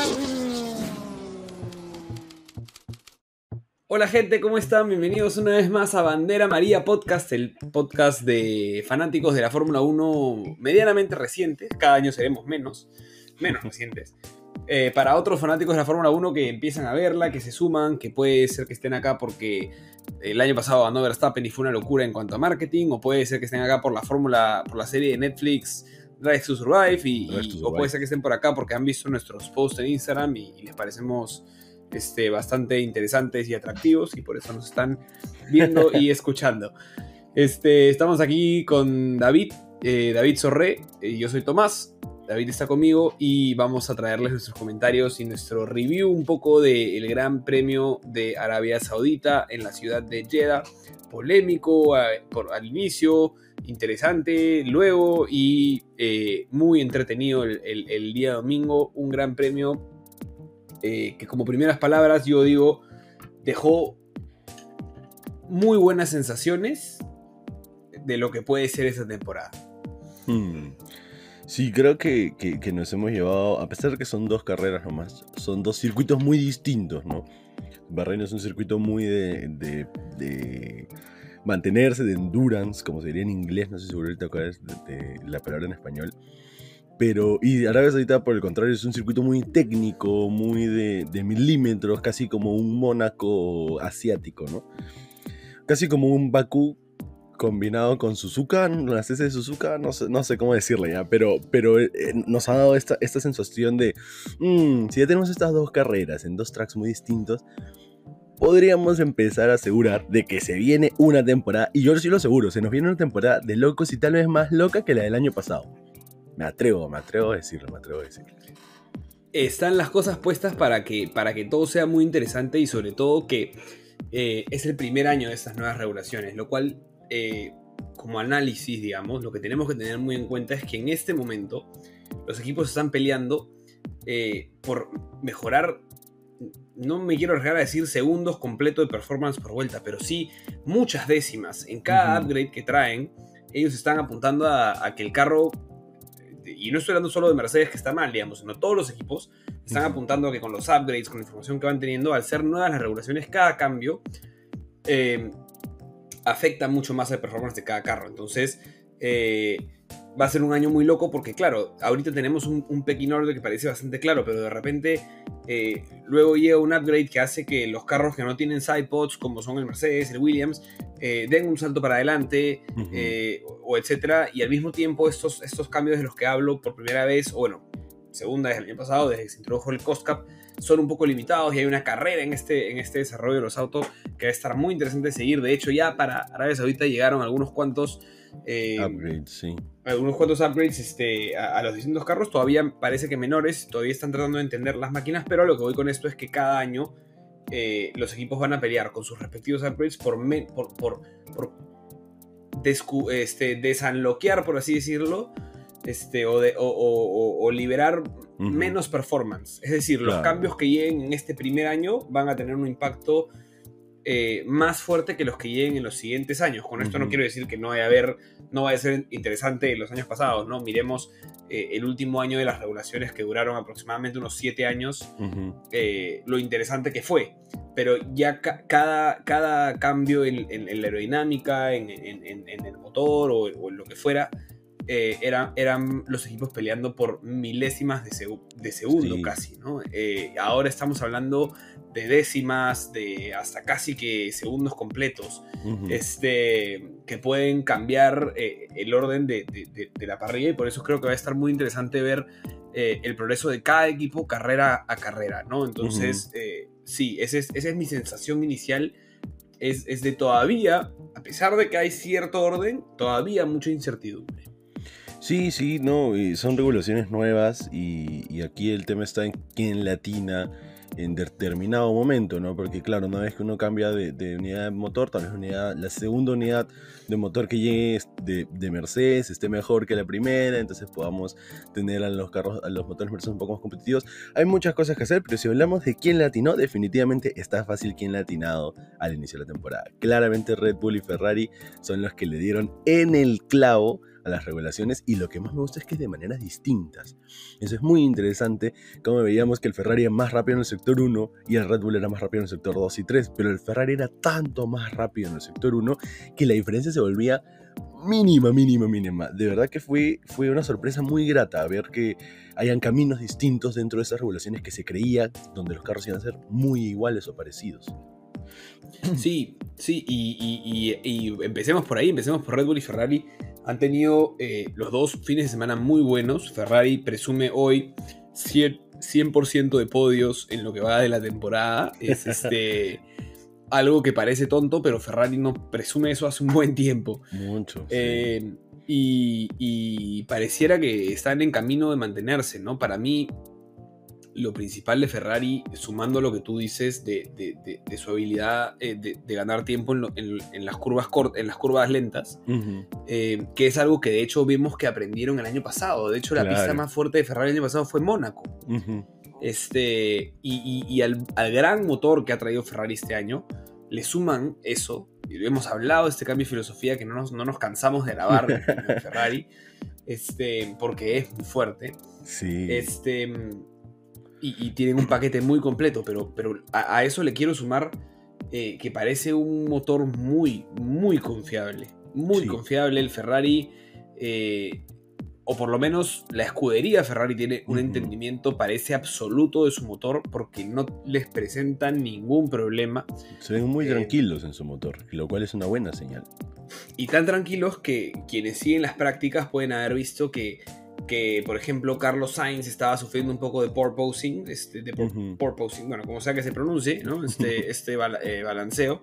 Hola gente, ¿cómo están? Bienvenidos una vez más a Bandera Amarilla Podcast, el podcast de fanáticos de la Fórmula 1 medianamente recientes. Cada año seremos menos recientes. Para otros fanáticos de la Fórmula 1 que empiezan a verla, que se suman, que puede ser que estén acá porque el año pasado ganó Verstappen y fue una locura en cuanto a marketing, o puede ser que estén acá por la serie de Netflix Drive to Survive, o puede ser que estén por acá porque han visto nuestros posts en Instagram y les parecemos bastante interesantes y atractivos y por eso nos están viendo y escuchando. Estamos aquí con David Sorré, yo soy Tomás, David está conmigo y vamos a traerles nuestros comentarios y nuestro review un poco del Gran Premio de Arabia Saudita en la ciudad de Jeddah. Polémico al inicio, interesante luego y muy entretenido el día domingo. Un gran premio que, como primeras palabras, yo digo, dejó muy buenas sensaciones de lo que puede ser esta temporada. Sí, creo que nos hemos llevado, a pesar de que son dos carreras nomás, son dos circuitos muy distintos, ¿no? Bahrein es un circuito muy de mantenerse, de endurance, como se diría en inglés, no sé si ahorita cuál es de la palabra en español. Y Arabia Saudita, por el contrario, es un circuito muy técnico, muy de milímetros, casi como un Mónaco asiático, ¿no? Casi como un Bakú combinado con Suzuka, las S de Suzuka, no sé cómo decirle ya, pero nos ha dado esta sensación de, si ya tenemos estas dos carreras en dos tracks muy distintos, podríamos empezar a asegurar de que se viene una temporada, y yo sí lo aseguro, se nos viene una temporada de locos y tal vez más loca que la del año pasado. Me atrevo a decirlo. Están las cosas puestas para que todo sea muy interesante y sobre todo que es el primer año de estas nuevas regulaciones, lo cual, como análisis, digamos, lo que tenemos que tener muy en cuenta es que en este momento los equipos están peleando por mejorar, no me quiero arriesgar a decir segundos completos de performance por vuelta, pero sí muchas décimas. En cada upgrade que traen, ellos están apuntando a que el carro, y no estoy hablando solo de Mercedes, que está mal, digamos, sino todos los equipos están apuntando a que con los upgrades, con la información que van teniendo, al ser nuevas las regulaciones, cada cambio afecta mucho más el performance de cada carro. Entonces va a ser un año muy loco porque, claro, ahorita tenemos un pecking order que parece bastante claro, pero de repente luego llega un upgrade que hace que los carros que no tienen sidepods, como son el Mercedes, el Williams, den un salto para adelante, o etcétera, y al mismo tiempo estos cambios de los que hablo por primera vez, o bueno, segunda vez el año pasado, desde que se introdujo el cost cap, son un poco limitados y hay una carrera en este desarrollo de los autos que va a estar muy interesante de seguir. De hecho, ya para Arabia Saudita llegaron algunos cuantos upgrades, sí. Algunos cuantos upgrades a los distintos carros, todavía parece que menores, todavía están tratando de entender las máquinas, pero lo que voy con esto es que cada año los equipos van a pelear con sus respectivos upgrades por desanloquear, por así decirlo, o liberar menos performance. Es decir, los cambios que lleguen en este primer año van a tener un impacto más fuerte que los que lleguen en los siguientes años. Con esto no quiero decir que no vaya a ser interesante los años pasados, ¿no? Miremos el último año de las regulaciones, que duraron aproximadamente unos 7 años, lo interesante que fue. Pero ya cada cambio en la aerodinámica, en el motor o en lo que fuera, eran los equipos peleando por milésimas de segundo, sí, casi, ¿no? Ahora estamos hablando de décimas, de hasta casi que segundos completos, que pueden cambiar el orden de la parrilla, y por eso creo que va a estar muy interesante ver el progreso de cada equipo carrera a carrera, ¿no? Entonces, sí, esa es mi sensación inicial, es de todavía, a pesar de que hay cierto orden, todavía mucha incertidumbre. Sí, no, y son regulaciones nuevas y aquí el tema está en quién latina en determinado momento, ¿no? Porque claro, una vez que uno cambia de unidad de motor, tal vez la segunda unidad de motor que llegue de Mercedes esté mejor que la primera, entonces podamos tener a los motores Mercedes un poco más competitivos. Hay muchas cosas que hacer, pero si hablamos de quién latinó, definitivamente está fácil quién latinado al inicio de la temporada. Claramente Red Bull y Ferrari son los que le dieron en el clavo a las regulaciones, y lo que más me gusta es que es de maneras distintas. Eso es muy interesante, como veíamos que el Ferrari era más rápido en el sector 1 y el Red Bull era más rápido en el sector 2 y 3, pero el Ferrari era tanto más rápido en el sector 1 que la diferencia se volvía mínima. De verdad que fue una sorpresa muy grata ver que hayan caminos distintos dentro de esas regulaciones que se creía donde los carros iban a ser muy iguales o parecidos. Sí, y empecemos por ahí, empecemos por Red Bull y Ferrari. Han tenido los dos fines de semana muy buenos. Ferrari presume hoy 100% de podios en lo que va de la temporada. Es algo que parece tonto, pero Ferrari no presume eso hace un buen tiempo. Mucho, sí. Y pareciera que están en camino de mantenerse, ¿no? Para mí, lo principal de Ferrari, sumando lo que tú dices de su habilidad de ganar tiempo en las curvas lentas, que es algo que de hecho vimos que aprendieron el año pasado. De hecho, la pista más fuerte de Ferrari el año pasado fue Mónaco. Y al gran motor que ha traído Ferrari este año, le suman eso. Y hemos hablado de este cambio de filosofía que no nos cansamos de grabar en Ferrari, porque es muy fuerte. Sí. Y tienen un paquete muy completo, pero a eso le quiero sumar que parece un motor muy, muy confiable. Muy confiable el Ferrari, o por lo menos la escudería Ferrari tiene un entendimiento, parece absoluto de su motor, porque no les presentan ningún problema. Se ven muy tranquilos en su motor, lo cual es una buena señal. Y tan tranquilos que quienes siguen las prácticas pueden haber visto que por ejemplo, Carlos Sainz estaba sufriendo un poco de porpoising, porpoising, bueno, como sea que se pronuncie, ¿no? Balanceo.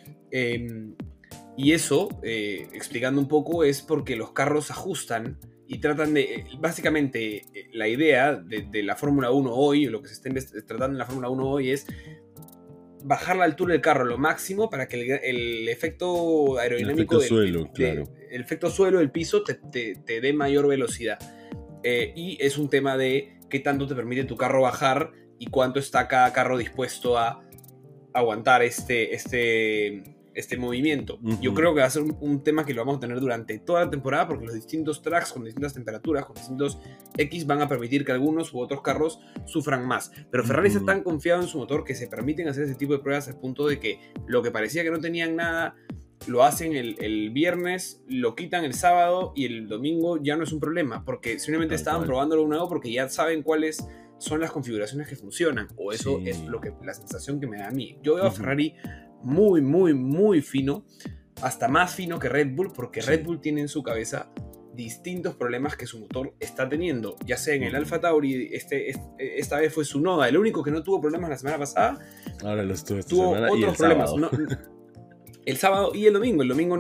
Y eso, explicando un poco, es porque los carros ajustan y tratan de, básicamente, la idea de la Fórmula 1 hoy, o lo que se está tratando en la Fórmula 1 hoy es bajar la altura del carro lo máximo para que el efecto aerodinámico el efecto suelo del piso te dé mayor velocidad. Y es un tema de qué tanto te permite tu carro bajar y cuánto está cada carro dispuesto a aguantar este movimiento. Yo creo que va a ser un tema que lo vamos a tener durante toda la temporada, porque los distintos tracks con distintas temperaturas, con distintos X, van a permitir que algunos u otros carros sufran más. Pero Ferrari está tan confiado en su motor que se permiten hacer ese tipo de pruebas al punto de que lo que parecía que no tenían nada, lo hacen el viernes, lo quitan el sábado y el domingo ya no es un problema, porque simplemente estaban probándolo de nuevo porque ya saben cuáles son las configuraciones que funcionan, o eso es la sensación que me da a mí. Yo veo a Ferrari muy, muy, muy fino, hasta más fino que Red Bull, porque Red Bull tiene en su cabeza distintos problemas que su motor está teniendo, ya sea en el Alfa Tauri, esta vez fue Tsunoda, el único que no tuvo problemas la semana pasada. Ahora los tuvo otros problemas. El sábado y el domingo. El domingo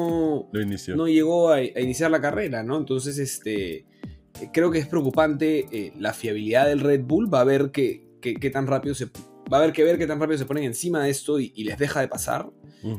no llegó a iniciar la carrera, ¿no? Entonces, creo que es preocupante la fiabilidad del Red Bull. Va a ver qué tan rápido va a haber que ver qué tan rápido se ponen encima de esto y les deja de pasar.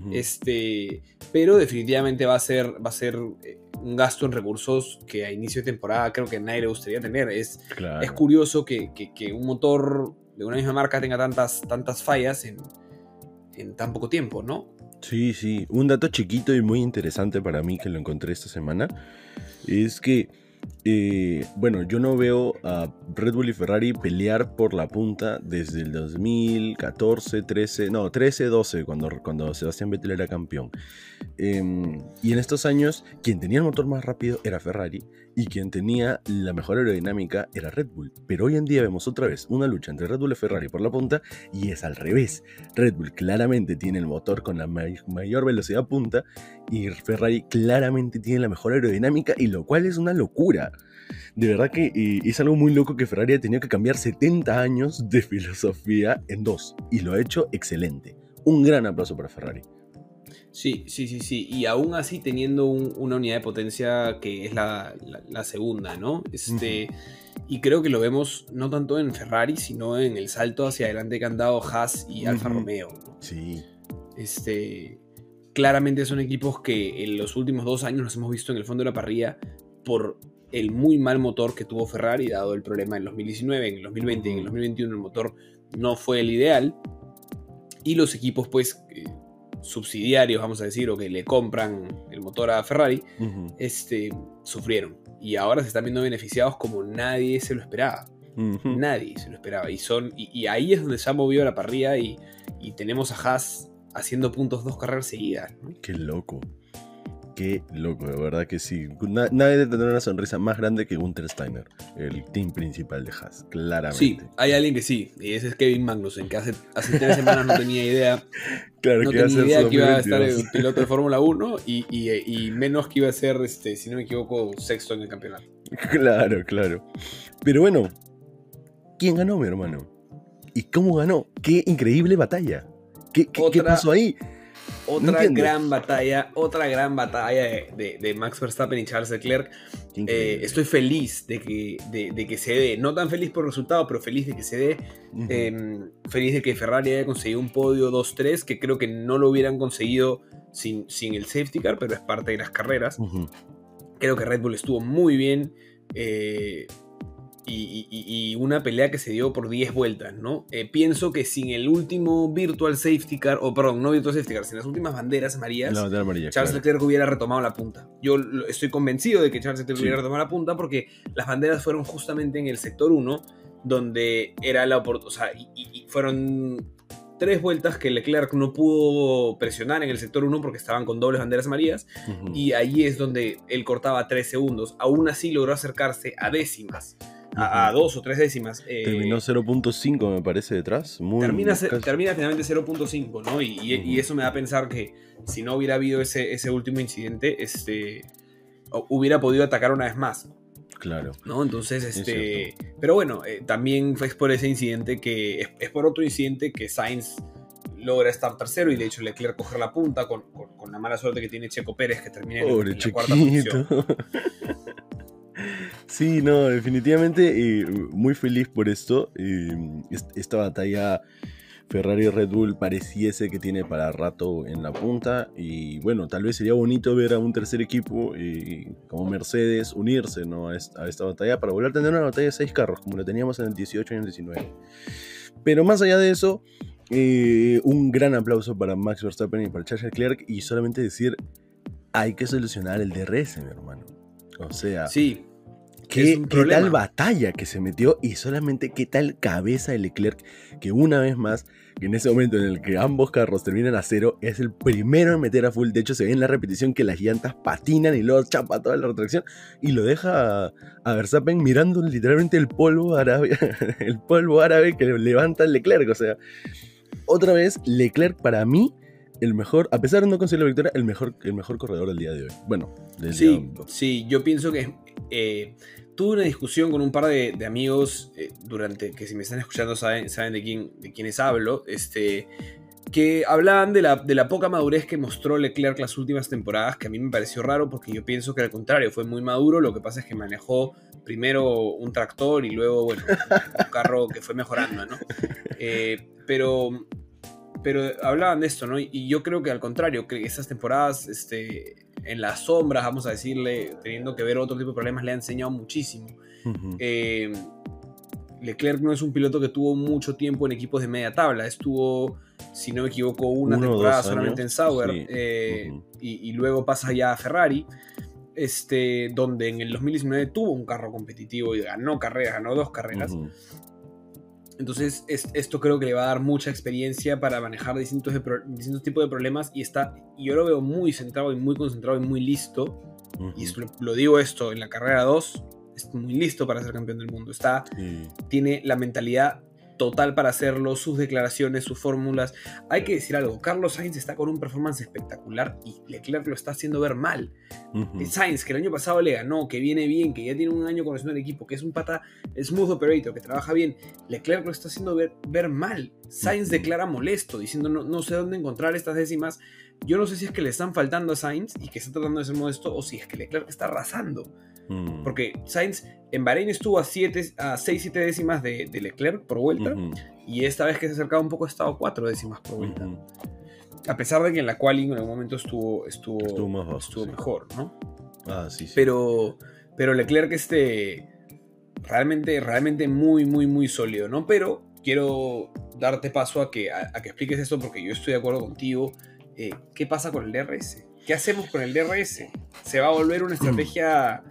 Pero definitivamente va a ser un gasto en recursos que a inicio de temporada creo que a nadie le gustaría tener. Es curioso que un motor de una misma marca tenga tantas fallas en tan poco tiempo, ¿no? Sí. Un dato chiquito y muy interesante para mí que lo encontré esta semana es que yo no veo a Red Bull y Ferrari pelear por la punta desde el 2014, 12, cuando Sebastián Vettel era campeón. Y en estos años, quien tenía el motor más rápido era Ferrari y quien tenía la mejor aerodinámica era Red Bull. Pero hoy en día vemos otra vez una lucha entre Red Bull y Ferrari por la punta y es al revés. Red Bull claramente tiene el motor con la mayor velocidad punta y Ferrari claramente tiene la mejor aerodinámica, y lo cual es una locura. De verdad que es algo muy loco que Ferrari ha tenido que cambiar 70 años de filosofía en 2 y lo ha hecho excelente. Un gran aplauso para Ferrari. Sí. Y aún así teniendo una unidad de potencia que es la segunda, ¿no? Y creo que lo vemos no tanto en Ferrari, sino en el salto hacia adelante que han dado Haas y Alfa Romeo, ¿no? Sí. Claramente son equipos que en los últimos 2 años nos hemos visto en el fondo de la parrilla por el muy mal motor que tuvo Ferrari, dado el problema en 2019, en el 2020 y en el 2021 el motor no fue el ideal. Y los equipos, pues, subsidiarios, vamos a decir, o que le compran el motor a Ferrari, Ujú, sufrieron. Y ahora se están viendo beneficiados como nadie se lo esperaba. ujú. Nadie se lo esperaba. Y ahí es donde se ha movido la parrilla y tenemos a Haas haciendo puntos 2 carreras seguidas, ¿no? Qué loco. Qué loco, de verdad que sí. Nadie debe tener una sonrisa más grande que Gunther Steiner, el team principal de Haas, Sí, claramente. hay alguien que sí, y ese es Kevin Magnussen, que hace 3 semanas no tenía idea. Claro No que va a tenía ser su idea que iba a estar 2022. en piloto de Fórmula 1 y menos que iba a ser, si no me equivoco, sexto en el campeonato. Claro, claro. Pero bueno, ¿quién ganó, mi hermano? ¿Y cómo ganó? ¡Qué increíble batalla! ¿Qué Otra, pasó ahí? No entiendo. otra gran batalla de Max Verstappen y Charles Leclerc. Qué increíble. Estoy feliz de que se dé, no tan feliz por el resultado, pero feliz de que se dé. Feliz de que Ferrari haya conseguido un podio 2-3, que creo que no lo hubieran conseguido sin el safety car, pero es parte de las carreras. Ujú. Creo que Red Bull estuvo muy bien. Y una pelea que se dio por 10 vueltas, ¿no? Pienso que sin el último Virtual Safety Car, o perdón, no Virtual Safety Car, sin las últimas banderas amarillas, La bandera amarilla, Charles claro. Leclerc hubiera retomado la punta. Yo estoy convencido de que Charles Leclerc Sí. hubiera retomado la punta porque las banderas fueron justamente en el sector 1, donde era la oportunidad, o sea, y fueron 3 vueltas que Leclerc no pudo presionar en el sector 1 porque estaban con dobles banderas amarillas, Ujú. y ahí es donde él cortaba 3 segundos. Aún así logró acercarse a décimas, a 2 o 3 décimas. Terminó 0.5 me parece detrás. Termina Casi. finalmente 0.5, ¿no? Y eso me da a pensar que si no hubiera habido ese último incidente, hubiera podido atacar una vez más, Claro. ¿no? Entonces, Es cierto. pero bueno, también fue por ese incidente es por otro incidente que Sainz logra estar tercero y de hecho Leclerc coger la punta con la mala suerte que tiene Checo Pérez, que termina Pobre en la cuarta posición. chiquito. Sí, no, definitivamente muy feliz por esto. Esta batalla Ferrari-Red Bull pareciese que tiene para rato en la punta. Y bueno, tal vez sería bonito ver a un tercer equipo como Mercedes unirse, ¿no? a esta batalla para volver a tener una batalla de 6 carros, como la teníamos en el 18 y en el 19. Pero más allá de eso, un gran aplauso para Max Verstappen y para Charles Leclerc. Y solamente decir, hay que solucionar el DRS, mi hermano. O sea, Sí, es qué un tal problema. batalla que se metió y solamente qué tal cabeza de Leclerc que una vez más, que en ese momento en el que ambos carros terminan a cero, es el primero en meter a full. De hecho se ve en la repetición que las llantas patinan y luego chapa toda la retracción y lo deja a Verstappen mirando literalmente el polvo árabe, el polvo árabe que levanta el Leclerc. O sea, otra vez Leclerc para mí el mejor, a pesar de no conseguir la victoria, el mejor corredor del día de hoy. Bueno, del día Sí, 2. sí, yo pienso que tuve una discusión con un par de amigos que si me están escuchando saben de quiénes hablo, que hablaban de la poca madurez que mostró Leclerc las últimas temporadas, que a mí me pareció raro porque yo pienso que al contrario, fue muy maduro. Lo que pasa es que manejó primero un tractor y luego, bueno, un carro que fue mejorando, ¿no? Pero hablaban de esto, ¿no? Y yo creo que al contrario, que esas temporadas en las sombras, vamos a decirle, teniendo que ver otro tipo de problemas, le ha enseñado muchísimo. Leclerc no es un piloto que tuvo mucho tiempo en equipos de media tabla. Estuvo, si no me equivoco, una 1 o 2 temporada solamente en años. Sauber, Sí. y luego pasa ya a Ferrari, donde en el 2019 tuvo un carro competitivo y ganó 2 carreras. Entonces esto creo que le va a dar mucha experiencia para manejar distintos tipos de problemas y yo lo veo muy centrado y muy concentrado y muy listo. Y lo digo esto, en la carrera 2 es muy listo para ser campeón del mundo. Tiene la mentalidad total para hacerlo, sus declaraciones, sus fórmulas. Hay que decir algo, Carlos Sainz está con un performance espectacular y Leclerc lo está haciendo ver mal. Sainz, que el año pasado le ganó, que viene bien, que ya tiene un año conociendo al equipo, que es un pata smooth operator, que trabaja bien, Leclerc lo está haciendo ver mal. Sainz declara molesto, diciendo no sé dónde encontrar estas décimas. Yo no sé si es que le están faltando a Sainz y que está tratando de ser modesto, o si es que Leclerc está arrasando. Porque Sainz en Bahrein estuvo a 6-7 décimas de Leclerc por vuelta, y esta vez que se acercaba un poco ha estado 4 décimas por vuelta. A pesar de que en la quali en algún momento estuvo más bajo, estuvo sí. mejor, ¿no? Sí. Pero Leclerc realmente muy, muy, muy sólido, ¿no? Pero quiero darte paso a que expliques esto porque yo estoy de acuerdo contigo. ¿qué pasa con el DRS? ¿Qué hacemos con el DRS? Se va a volver una estrategia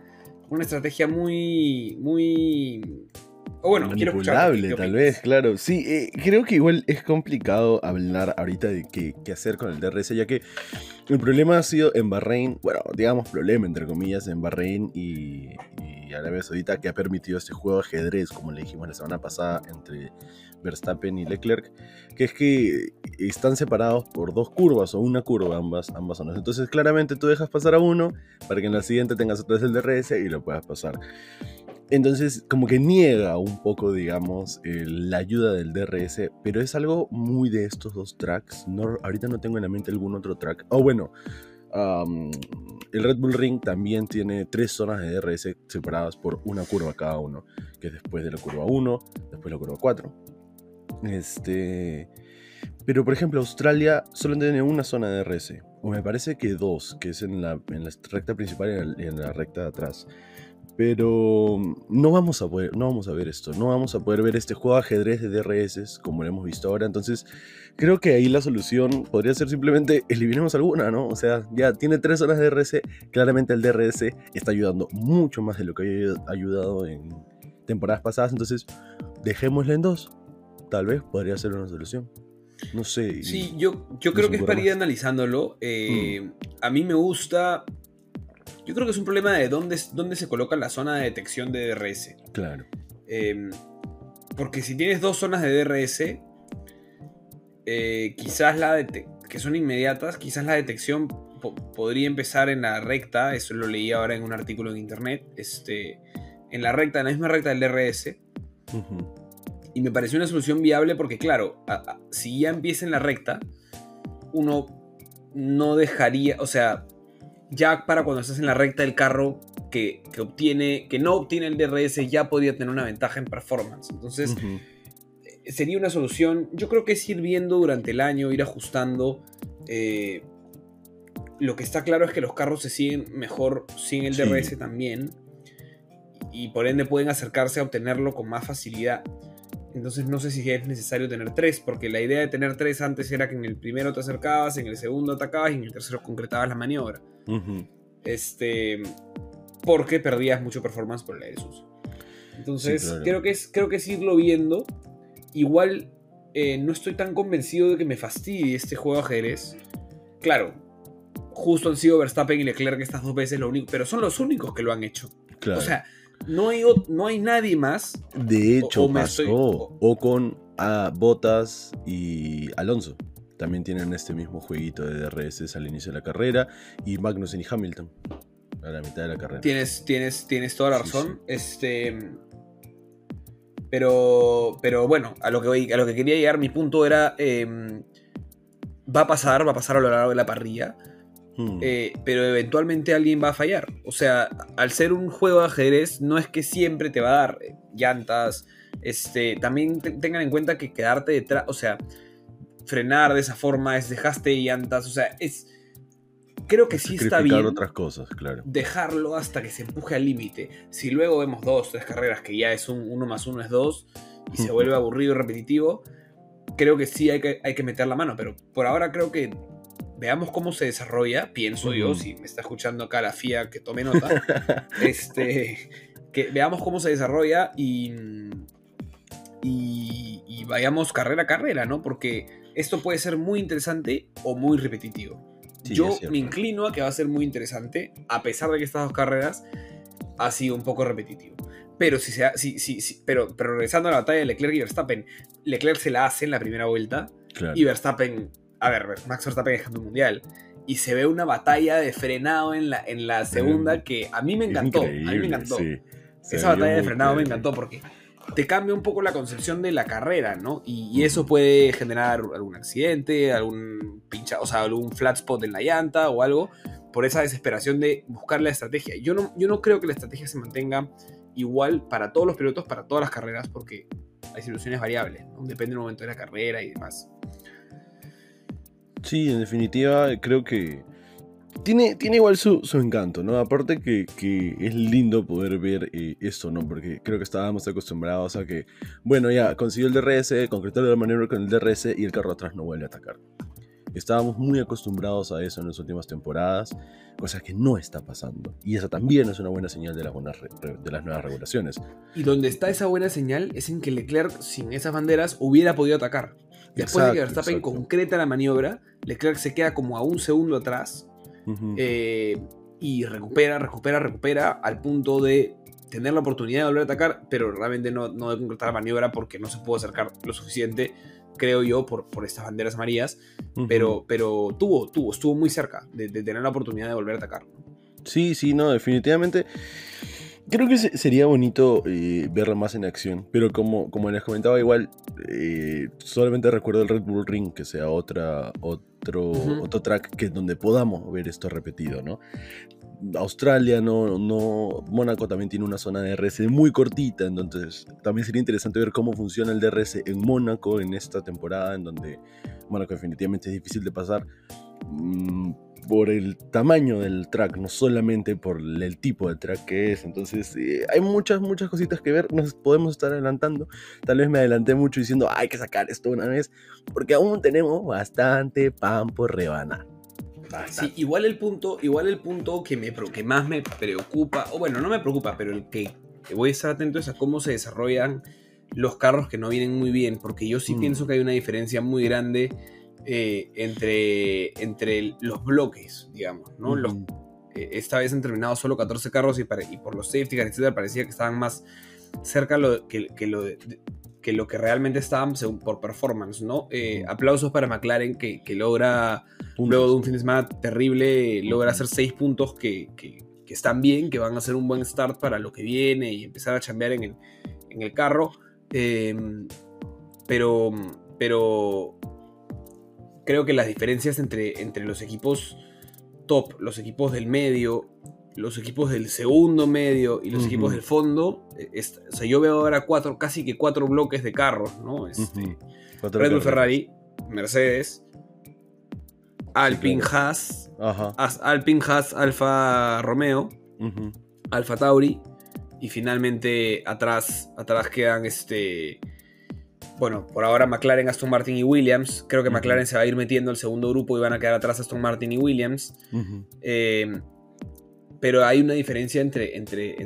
muy... O bueno, quiero escuchar. Manipulable, tal vez, claro. Sí, creo que igual es complicado hablar ahorita de qué hacer con el DRS, ya que el problema ha sido en Bahrein, bueno, digamos problema entre comillas, en Bahrein y Arabia Saudita, que ha permitido este juego de ajedrez, como le dijimos la semana pasada, entre Verstappen y Leclerc, que es que están separados por dos curvas o una curva ambas zonas. Entonces claramente tú dejas pasar a uno para que en la siguiente tengas otra vez el DRS y lo puedas pasar. Entonces, como que niega un poco, digamos, la ayuda del DRS, pero es algo muy de estos dos tracks. No, ahorita no tengo en la mente algún otro track. Oh, bueno, el Red Bull Ring también tiene 3 zonas de DRS separadas por una curva cada uno, que es después de la curva 1, después la curva 4. Pero, por ejemplo, Australia solo tiene una zona de DRS, o me parece que 2, que es en la recta principal y en la recta de atrás. Pero no vamos a ver esto, no vamos a poder ver este juego de ajedrez de DRS como lo hemos visto ahora. Entonces creo que ahí la solución podría ser simplemente eliminemos alguna, ¿no? O sea, ya tiene 3 zonas de DRS, claramente el DRS está ayudando mucho más de lo que ha ayudado en temporadas pasadas, entonces dejémosla en 2, tal vez podría ser una solución. No sé. Sí, yo creo que es para ir analizándolo. A mí me gusta... Yo creo que es un problema de dónde se coloca la zona de detección de DRS. Claro. Porque si tienes 2 zonas de DRS, quizás que son inmediatas, quizás la detección podría empezar en la recta. Eso lo leí ahora en un artículo en internet. En la misma recta del DRS. Uh-huh. Y me pareció una solución viable porque, claro, si ya empieza en la recta, uno no dejaría, o sea... Ya para cuando estás en la recta del carro que no obtiene el DRS ya podría tener una ventaja en performance. Entonces sería una solución. Yo creo que es ir viendo durante el año, ir ajustando. Lo que está claro es que los carros se siguen mejor sin el DRS también. Y por ende pueden acercarse a obtenerlo con más facilidad. Entonces no sé si es necesario tener 3, porque la idea de tener 3 antes era que en el primero te acercabas, en el segundo atacabas y en el tercero concretabas la maniobra. Uh-huh. Porque perdías mucho performance por el aire sucio. Entonces creo que es irlo viendo. Igual no estoy tan convencido de que me fastidie este juego de ajedrez. Claro, justo han sido Verstappen y Leclerc estas 2 veces lo único, pero son los únicos que lo han hecho. Claro. O sea, no hay nadie más. De hecho, Ocon, Bottas y Alonso también tienen este mismo jueguito de DRS al inicio de la carrera, y Magnussen y Hamilton a la mitad de la carrera. Tienes toda la razón. Sí. Pero bueno, a lo que quería llegar, mi punto era, va a pasar a lo largo de la parrilla. Pero eventualmente alguien va a fallar. O sea, al ser un juego de ajedrez, no es que siempre te va a dar llantas. También tengan en cuenta que quedarte detrás, o sea, frenar de esa forma es dejaste llantas. O sea, creo que sí está bien otras cosas, claro. Dejarlo hasta que se empuje al límite. Si luego vemos 2, 3 carreras que ya es 1 más 1 es 2 y se vuelve aburrido y repetitivo, creo que sí hay que meter la mano. Pero por ahora creo que veamos cómo se desarrolla, pienso yo, si me está escuchando acá la FIA, que tome nota, que veamos cómo se desarrolla y vayamos carrera a carrera, ¿no? Porque esto puede ser muy interesante o muy repetitivo. Sí, yo me inclino a que va a ser muy interesante, a pesar de que estas 2 carreras ha sido un poco repetitivo. Pero pero regresando a la batalla de Leclerc y Verstappen, Leclerc se la hace en la primera vuelta, claro. Y Verstappen... A ver, Max Verstappen es campeón mundial. Y se ve una batalla de frenado en la segunda que a mí me encantó. A mí me encantó. Sí. Esa batalla de frenado me encantó porque te cambia un poco la concepción de la carrera, ¿no? Y eso puede generar algún accidente, algún flat spot en la llanta o algo, por esa desesperación de buscar la estrategia. Yo no creo que la estrategia se mantenga igual para todos los pilotos, para todas las carreras, porque hay situaciones variables, ¿no? Depende del momento de la carrera y demás. Sí, en definitiva creo que tiene igual su encanto, ¿no? Aparte que es lindo poder ver esto, ¿no? Porque creo que estábamos acostumbrados a que, bueno, ya consiguió el DRS, concretó la maniobra con el DRS y el carro atrás no vuelve a atacar. Estábamos muy acostumbrados a eso en las últimas temporadas, cosa que no está pasando. Y esa también es una buena señal de de las nuevas regulaciones. Y donde está esa buena señal es en que Leclerc, sin esas banderas, hubiera podido atacar. Después de que Verstappen concreta la maniobra, Leclerc se queda como a un segundo atrás, y recupera al punto de tener la oportunidad de volver a atacar, pero realmente no de concretar la maniobra porque no se pudo acercar lo suficiente, creo yo, por estas banderas amarillas. Pero estuvo muy cerca de tener la oportunidad de volver a atacar. Sí, no, definitivamente. Creo que sería bonito verla más en acción, pero como les comentaba, igual solamente recuerdo el Red Bull Ring, que sea otro track donde podamos ver esto repetido, ¿no? Australia, no, Mónaco también tiene una zona de DRS muy cortita, entonces también sería interesante ver cómo funciona el DRS en Mónaco en esta temporada, en donde Mónaco definitivamente es difícil de pasar por el tamaño del track, no solamente por el tipo de track que es. Entonces hay muchas cositas que ver, nos podemos estar adelantando. Tal vez me adelanté mucho diciendo hay que sacar esto una vez, porque aún tenemos bastante pan por rebanar. Sí, igual el punto que más me preocupa, o bueno, no me preocupa, pero el que voy a estar atento es a cómo se desarrollan los carros que no vienen muy bien, porque yo sí pienso que hay una diferencia muy grande entre los bloques, digamos, ¿no? Esta vez han terminado solo 14 carros y por los safety cars, etcétera, parecía que estaban más cerca que lo que realmente estaban por performance, ¿no? Aplausos para McLaren que logra, luego de un fin de semana terrible, logra hacer 6 puntos que están bien, que van a ser un buen start para lo que viene y empezar a chambear en el carro. Pero creo que las diferencias entre los equipos top, los equipos del medio, los equipos del segundo medio y los equipos del fondo, o sea, yo veo ahora casi que 4 bloques de carros, ¿no? Red Bull, Ferrari, Mercedes, Alpine, Haas, Alfa Romeo, Alfa Tauri, y finalmente atrás quedan bueno, por ahora McLaren, Aston Martin y Williams. Creo que McLaren se va a ir metiendo al segundo grupo y van a quedar atrás Aston Martin y Williams. Pero hay una diferencia entre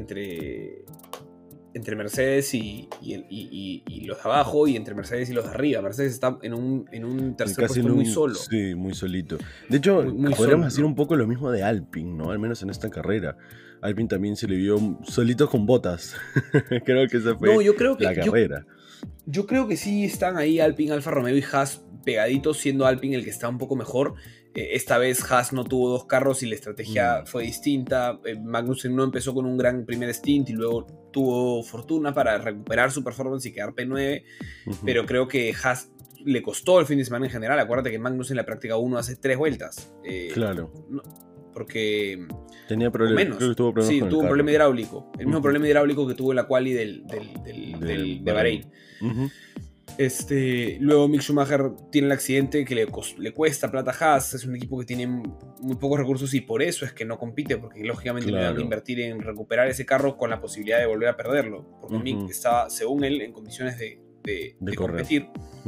Mercedes y los de abajo, y entre Mercedes y los de arriba. Mercedes está en un tercer puesto muy solo. Sí, muy solito. De hecho, muy podríamos decir un poco lo mismo de Alpine, ¿no? Al menos en esta carrera. Alpine también se le vio solito con botas. Creo que esa fue la carrera. Yo creo que sí están ahí Alpine, Alfa Romeo y Haas pegaditos, siendo Alpine el que está un poco mejor. Esta vez Haas no tuvo 2 carros y la estrategia fue distinta. Magnussen no empezó con un gran primer stint y luego tuvo fortuna para recuperar su performance y quedar P9. Pero creo que Haas le costó el fin de semana en general. Acuérdate que Magnussen en la práctica 1 hace 3 vueltas. Claro. Porque tenía problemas. Menos. Creo que tuvo problemas. Sí, tuvo un problema hidráulico. El mismo problema hidráulico que tuvo en la quali de Bahrein. Luego Mick Schumacher tiene el accidente que le cuesta plata a Haas. Es un equipo que tiene muy pocos recursos y por eso es que no compite, porque lógicamente no van a invertir en recuperar ese carro con la posibilidad de volver a perderlo, porque Mick estaba, según él, en condiciones de competir.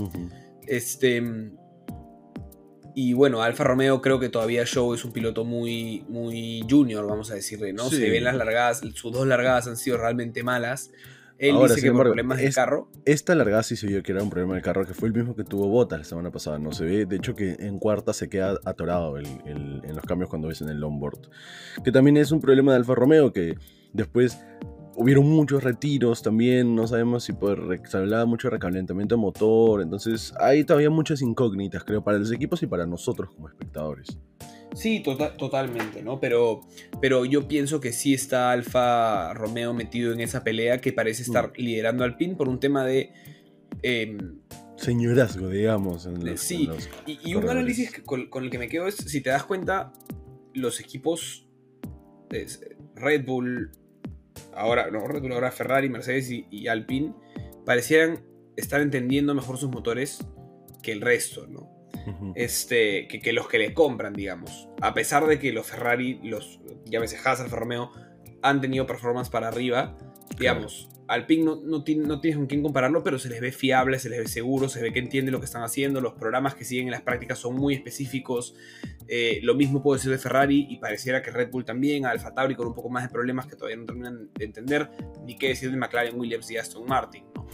Y bueno, Alfa Romeo creo que todavía Zhou es un piloto muy, muy junior, vamos a decirle, ¿no? Sí. Se ven las largadas, sus 2 largadas han sido realmente malas. Él dice que por problemas del carro. Esta largada sí se vio que era un problema del carro, que fue el mismo que tuvo Bottas la semana pasada. No se ve, de hecho, que en cuarta se queda atorado en los cambios cuando ves en el onboard. Que también es un problema de Alfa Romeo, que después hubieron muchos retiros también. No sabemos si se hablaba mucho de recalentamiento de motor. Entonces hay todavía muchas incógnitas, creo, para los equipos y para nosotros como espectadores. Sí, totalmente, ¿no? Pero yo pienso que sí está Alfa Romeo metido en esa pelea, que parece estar liderando al Alpine por un tema de... señorazgo, digamos. Sí, y un análisis con el que me quedo es, si te das cuenta, los equipos Red Bull, ahora Ferrari, Mercedes y Alpine, parecieran estar entendiendo mejor sus motores que el resto, ¿no? Que los que le compran, digamos. A pesar de que los Ferrari, llámese Haas, Alfa Romeo, han tenido performance para arriba, digamos, Alpine no tienes con quién compararlo, pero se les ve fiable, se les ve seguro, se ve que entiende lo que están haciendo, los programas que siguen en las prácticas son muy específicos. Lo mismo puedo decir de Ferrari, y pareciera que Red Bull también, Alfa Tauri con un poco más de problemas que todavía no terminan de entender, ni qué decir de McLaren, Williams y Aston Martin, ¿no?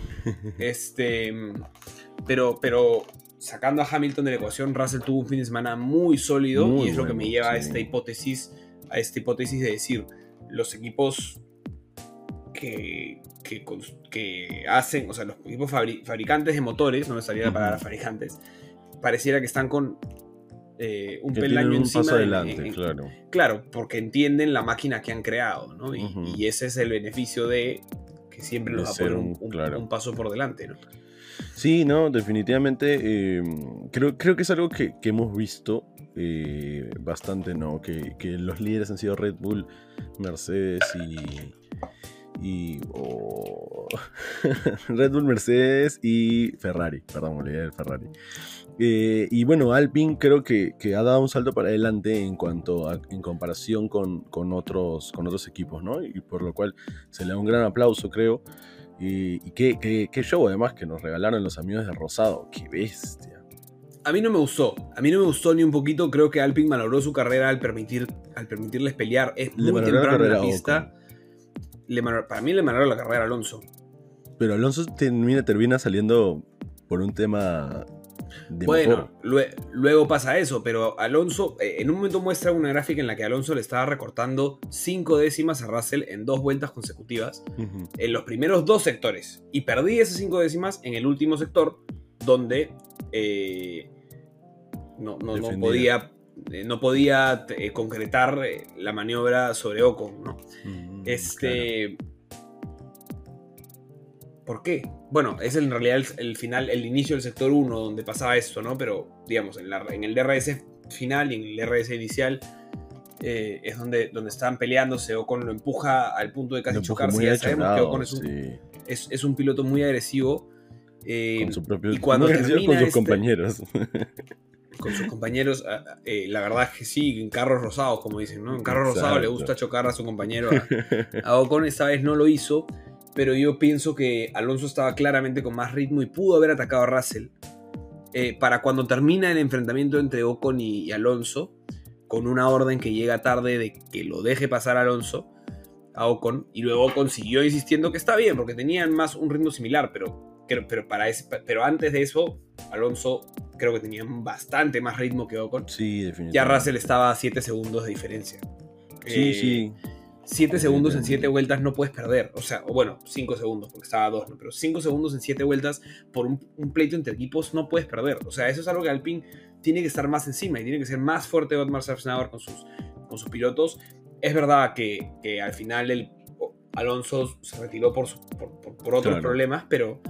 Pero sacando a Hamilton de la ecuación, Russell tuvo un fin de semana muy sólido, muy y es bueno, lo que me lleva a esta hipótesis de decir, los equipos que hacen, o sea, los equipos fabricantes de motores, no me salía la palabra fabricantes, pareciera que están con un peldaño encima. Paso adelante, claro. Claro, porque entienden la máquina que han creado, ¿no? Y ese es el beneficio de que siempre los va a poner un paso por delante, ¿no? Sí, no, definitivamente creo que es algo que hemos visto bastante, ¿no? Que los líderes han sido Red Bull, Mercedes Red Bull, Mercedes y Ferrari, perdón, me olvidé del Ferrari. Y bueno, Alpine creo que ha dado un salto para adelante en comparación con otros equipos, ¿no? Y por lo cual se le da un gran aplauso, creo. Y qué show además que nos regalaron los amigos de Rosado, qué bestia. A mí no me gustó ni un poquito. Creo que Alpine malogró su carrera al permitirles pelear. Es muy temprano en la pista. Para mí le malogró la carrera a Alonso. Pero Alonso termina saliendo por un tema de motor. Luego pasa eso, pero Alonso en un momento muestra una gráfica en la que Alonso le estaba recortando 5 décimas a Russell en 2 vueltas consecutivas, en los primeros 2 sectores, y perdí esas 5 décimas en el último sector, donde no podía concretar la maniobra sobre Ocon, ¿no? Claro. ¿Por qué? Bueno, es en realidad el inicio del sector 1 donde pasaba esto, ¿no? Pero, digamos, en el DRS final y en el DRS inicial es donde estaban peleándose. Ocon lo empuja al punto de casi chocarse. Ya sabemos que Ocon es un piloto muy agresivo. Con su propio, y cuando termina con sus compañeros. Con sus compañeros, la verdad es que sí, en carros rosados, como dicen, ¿no? En carros rosados le gusta chocar a su compañero. A Ocon esta vez no lo hizo. Pero yo pienso que Alonso estaba claramente con más ritmo y pudo haber atacado a Russell. Para cuando termina el enfrentamiento entre Ocon y Alonso, con una orden que llega tarde de que lo deje pasar a Alonso, a Ocon, y luego Ocon siguió insistiendo que está bien, porque tenían más un ritmo similar, pero antes de eso, Alonso creo que tenía bastante más ritmo que Ocon. Sí, definitivamente. Ya Russell estaba a 7 segundos de diferencia. Sí. 7 segundos en 7 vueltas no puedes perder. O sea, bueno, 5 segundos, porque estaba a 2, ¿no? Pero 5 segundos en 7 vueltas por un pleito entre equipos no puedes perder. O sea, eso es algo que Alpine tiene que estar más encima y tiene que ser más fuerte Otmar Szafnauer con sus pilotos. Es verdad que al final Alonso se retiró por otros problemas, pero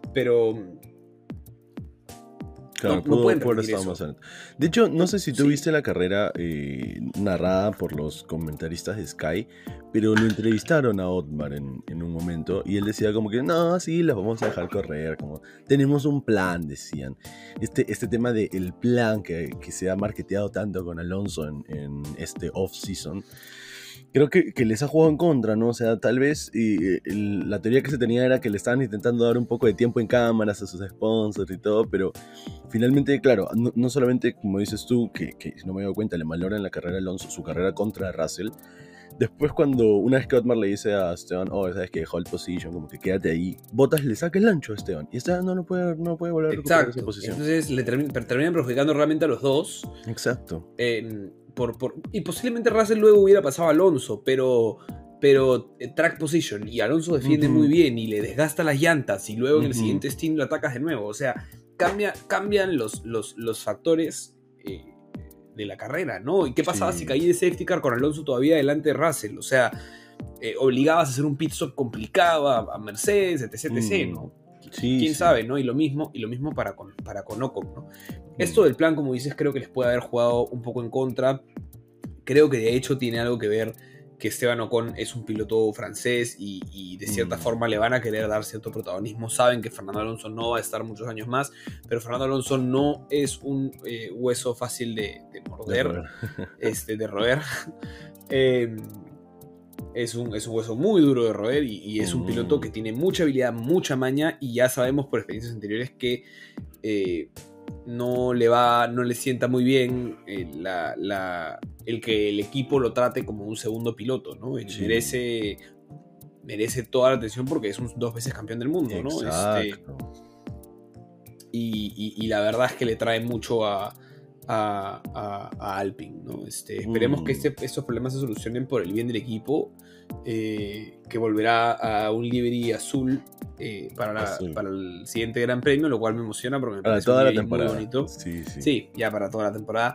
claro, no pueden permitir eso. De hecho, no sé si tú viste la carrera narrada por los comentaristas de Sky, pero lo entrevistaron a Otmar en un momento y él decía como que no, sí, los vamos a dejar correr, como tenemos un plan, decían. Este tema del plan que se ha marketeado tanto con Alonso en este off-season, creo que les ha jugado en contra, ¿no? O sea, tal vez la teoría que se tenía era que le estaban intentando dar un poco de tiempo en cámaras a sus sponsors y todo, pero finalmente, claro, no solamente, como dices tú, que si no me doy cuenta, le malogran la carrera a Alonso, su carrera contra Russell. Después, una vez que Otmar le dice a Esteban, sabes que hold position, como que quédate ahí, Bottas le saca el ancho a Esteban, y Esteban no puede volver a recuperar esa posición. Entonces le terminan perjudicando realmente a los dos. Exacto. Y posiblemente Russell luego hubiera pasado a Alonso, pero track position, y Alonso defiende muy bien y le desgasta las llantas, y luego en el siguiente stint lo atacas de nuevo. O sea, cambian los factores de la carrera, ¿no? ¿Y qué pasaba si caí de safety car con Alonso todavía delante de Russell? O sea, obligabas a hacer un pit stop complicado a Mercedes, etc, ¿no? ¿Quién sabe, no? Y lo mismo para con Ocon, ¿no? Esto del plan, como dices, creo que les puede haber jugado un poco en contra. Creo que de hecho tiene algo que ver que Esteban Ocon es un piloto francés y de cierta forma le van a querer dar cierto protagonismo. Saben que Fernando Alonso no va a estar muchos años más, pero Fernando Alonso no es un hueso fácil de morder, de roer. Es un hueso muy duro de roer y es un piloto que tiene mucha habilidad, mucha maña, y ya sabemos por experiencias anteriores que no le sienta muy bien el que el equipo lo trate como un segundo piloto, ¿no? Sí. Merece toda la atención porque es un 2 veces campeón del mundo, ¿no? Exacto. Y la verdad es que le trae mucho a Alpine, ¿no? Esperemos que estos problemas se solucionen por el bien del equipo, que volverá a un livery azul para el siguiente Gran Premio, lo cual me emociona porque me parece toda un la temporada. Muy bonito. Sí. Sí, ya para toda la temporada.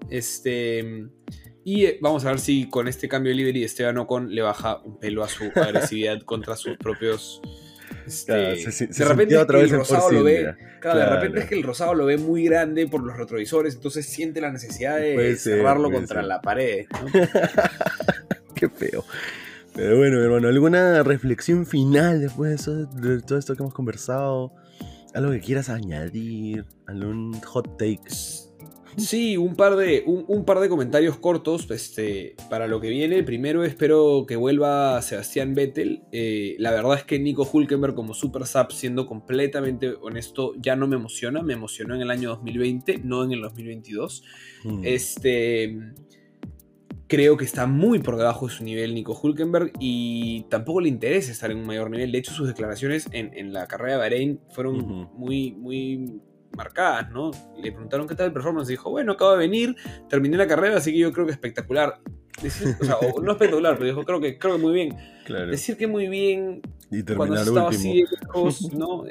Y vamos a ver si con este cambio de livery Esteban Ocon le baja un pelo a su agresividad contra sus propios... Claro, de repente es que el rosado lo ve, claro. De repente es que el rosado lo ve muy grande por los retrovisores, entonces siente la necesidad de cerrarlo contra la pared, ¿no? Qué feo. Pero bueno, hermano, ¿alguna reflexión final después de todo esto que hemos conversado? ¿Algo que quieras añadir? ¿Algún hot take? Sí, un par de comentarios cortos para lo que viene. Primero, espero que vuelva Sebastián Vettel. La verdad es que Nico Hülkenberg como Super Sub, siendo completamente honesto, ya no me emociona. Me emocionó en el año 2020, no en el 2022. Creo que está muy por debajo de su nivel Nico Hülkenberg y tampoco le interesa estar en un mayor nivel. De hecho, sus declaraciones en la carrera de Bahrein fueron muy marcadas, ¿no? Le preguntaron qué tal el performance y dijo, bueno, acabo de venir, terminé la carrera, así que yo creo que espectacular. No espectacular, pero dijo, creo que muy bien. Claro. Decir que muy bien y cuando se estaba así de lejos, ¿no?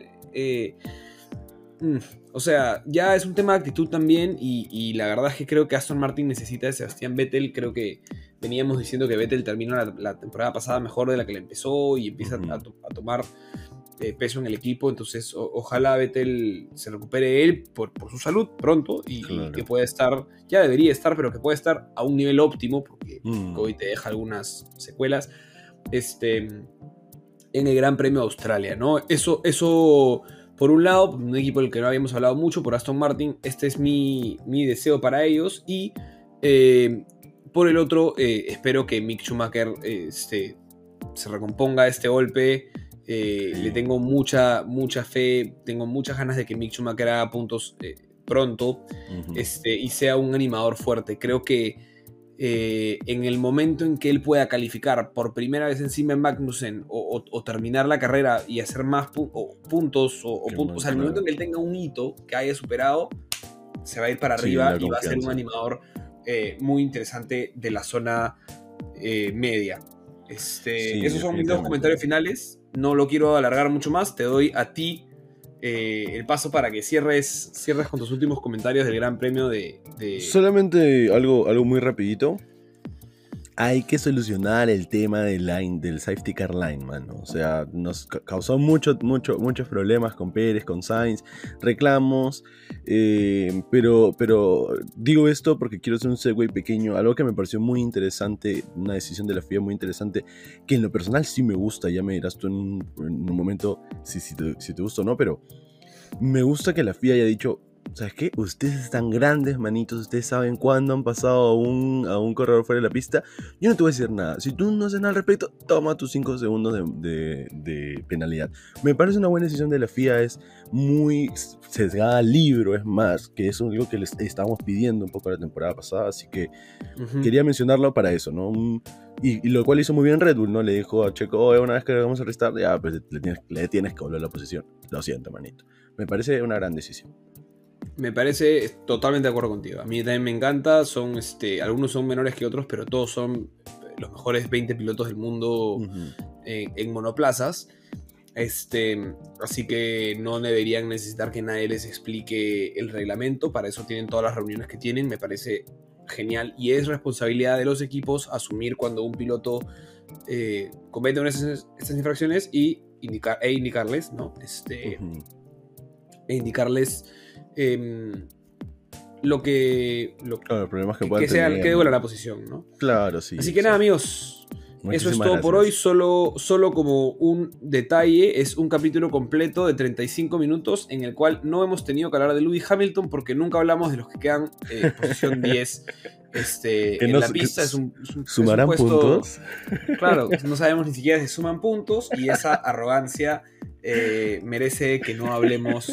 O sea, ya es un tema de actitud también y la verdad es que creo que Aston Martin necesita de Sebastián Vettel. Creo que veníamos diciendo que Vettel terminó la temporada pasada mejor de la que la empezó y empieza a tomar peso en el equipo, entonces ojalá Vettel se recupere él por su salud pronto y que pueda estar, ya debería estar, pero que pueda estar a un nivel óptimo porque COVID te deja algunas secuelas en el Gran Premio de Australia, ¿no? Eso por un lado, un equipo del que no habíamos hablado mucho, por Aston Martin, este es mi deseo para ellos y por el otro, espero que Mick Schumacher se recomponga este golpe. Le tengo mucha fe, tengo muchas ganas de que Mick Schumacher haga puntos pronto y sea un animador fuerte. Creo que en el momento en que él pueda calificar por primera vez encima en Magnussen o terminar la carrera y hacer más puntos o sea, el momento en que él tenga un hito que haya superado, se va a ir para arriba y va a ser un animador muy interesante de la zona media. Esos son mis dos comentarios finales. No lo quiero alargar mucho más. Te doy a ti el paso para que cierres con tus últimos comentarios del Gran Premio de... Solamente algo muy rapidito. Hay que solucionar el tema del safety car line, mano. O sea, nos causó muchos problemas con Pérez, con Sainz, reclamos. Pero digo esto porque quiero hacer un segue pequeño. Algo que me pareció muy interesante, una decisión de la FIA muy interesante, que en lo personal sí me gusta. Ya me dirás tú en un momento si te gusta o no, pero me gusta que la FIA haya dicho... ¿Sabes qué? Ustedes están grandes, manitos. Ustedes saben cuándo han pasado a un corredor fuera de la pista. Yo no te voy a decir nada. Si tú no haces nada al respecto, toma tus 5 segundos de penalidad. Me parece una buena decisión de la FIA. Es muy sesgada al libro, es más, que es algo que les estábamos pidiendo un poco la temporada pasada. Así que quería mencionarlo para eso, ¿no? Y lo cual hizo muy bien Red Bull, ¿no? Le dijo a Checo, una vez que vamos a restar, ya, pues le tienes que volver la posición. Lo siento, manito. Me parece una gran decisión. Me parece totalmente de acuerdo contigo. A mí también me encanta. Algunos son menores que otros, pero todos son los mejores 20 pilotos del mundo en monoplazas. Así que no deberían necesitar que nadie les explique el reglamento. Para eso tienen todas las reuniones que tienen. Me parece genial. Y es responsabilidad de los equipos asumir cuando un piloto comete estas infracciones y indicarles, ¿no? Indicarles lo que claro, el problema es que sea que devuelva la posición, ¿no? Claro, sí. Así que nada, amigos, eso es todo por hoy. Solo como un detalle, es un capítulo completo de 35 minutos en el cual no hemos tenido que hablar de Lewis Hamilton porque nunca hablamos de los que quedan posición 10 En la pista es un ¿Sumarán puesto, puntos? claro, no sabemos ni siquiera si suman puntos y esa arrogancia merece que no hablemos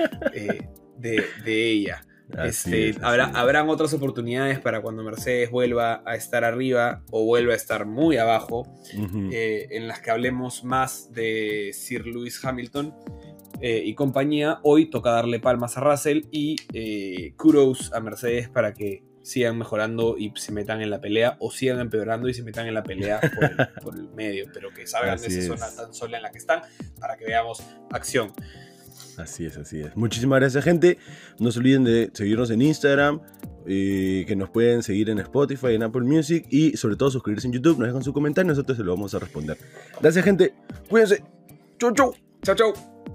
de ella. Así es. Habrán otras oportunidades para cuando Mercedes vuelva a estar arriba o vuelva a estar muy abajo, en las que hablemos más de Sir Lewis Hamilton y compañía. Hoy toca darle palmas a Russell y kudos a Mercedes para que sigan mejorando y se metan en la pelea, o sigan empeorando y se metan en la pelea por el medio, pero que salgan de esa zona tan sola en la que están para que veamos acción. Así es. Muchísimas gracias, gente. No se olviden de seguirnos en Instagram, que nos pueden seguir en Spotify, en Apple Music y sobre todo suscribirse en YouTube. Nos dejan su comentario y nosotros se lo vamos a responder. Gracias, gente. Cuídense. Chau. Chau.